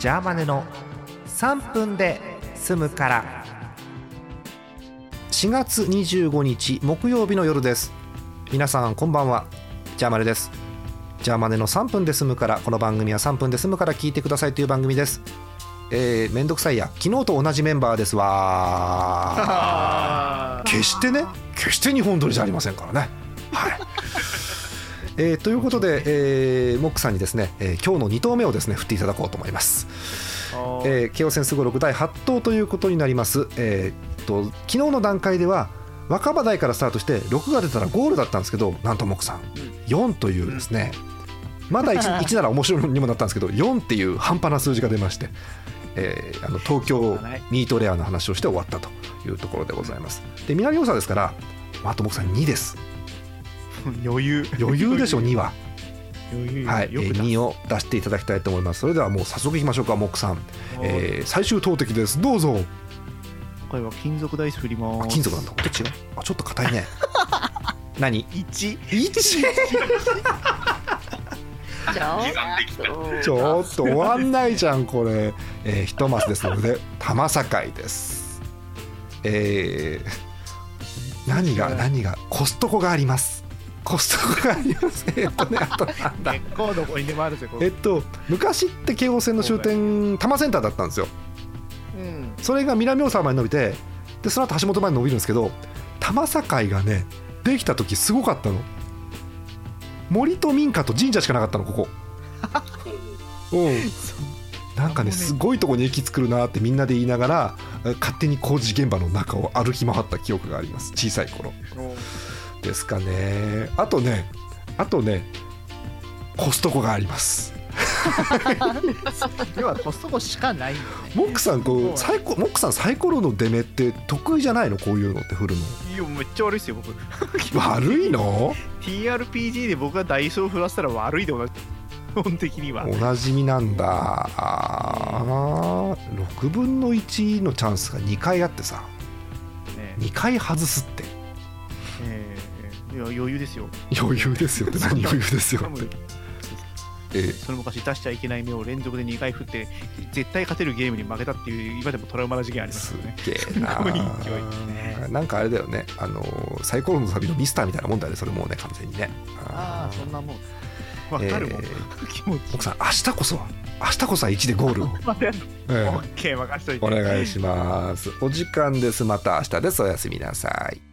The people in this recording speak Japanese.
ジャーマネの3分で済むから。4月25日木曜日の夜です。皆さんこんばんは、ジャーマネです。ジャーマネの3分で済むから、この番組は3分で済むから聞いてくださいという番組です。めんどくさいや、昨日と同じメンバーですわ。決して日本撮りじゃありませんからね。はいということで、モックさんにですね、今日の2投目をですね振っていただこうと思います。京王線すごろく第8投ということになります。昨日の段階では若葉台からスタートして6が出たらゴールだったんですけど、なんとモックさん4というですね、まだ 1なら面白いにもなったんですけど、4っていう半端な数字が出まして、東京ミートレアの話をして終わったというところでございます。で、南大沢ですから、あとモックさん2です。余裕でしょ2は。はい、2を出していただきたいと思います。それではもう早速いきましょうか、モックさん。最終投擲です。どうぞ。 今回は金属ダイス振ります。 金属なんだ。こっち違う。ちょっと硬いね。何 1 ちょっと終わんないじゃんこれ。一マスですので玉境です。何がコストコがあります。あとなんだ、 結構どこにでもあるぜこれ。 昔って京王線の終点多摩センターだったんですよ。それが南大沢まで伸びて、でその後橋本まで伸びるんですけど、玉境がねできた時すごかったの。森と民家と神社しかなかったのここ。なんかねすごいとこに駅作るなってみんなで言いながら勝手に工事現場の中を歩き回った記憶があります。小さい頃ですかね。あとねコストコがあります。 要はコストコしかないんだね。 モックさんサイコロの出目って得意じゃないの？こういうのって振るの。 いやめっちゃ悪いっすよ僕。 悪いの？ TRPG で僕がダイソーを振らせたら悪いで同じ。基本的にはおなじみなんだ。6分の1のチャンスが2回あってさ、2回外すって、 いや余裕ですよ。 余裕ですよって何余裕ですよって。 その昔出しちゃいけない目を連続で2回振って絶対勝てるゲームに負けたっていう今でもトラウマな事件ありますよね。 すげえな。なんかあれだよね、サイコロの旅のミスターみたいなもんだよね、それもうね完全にね。 そんなもんわかるもん、気持ち。 奥さん明日こそは1でゴールを。 オッケー任しといて。 お願いします。お時間です。また明日です。おやすみなさい。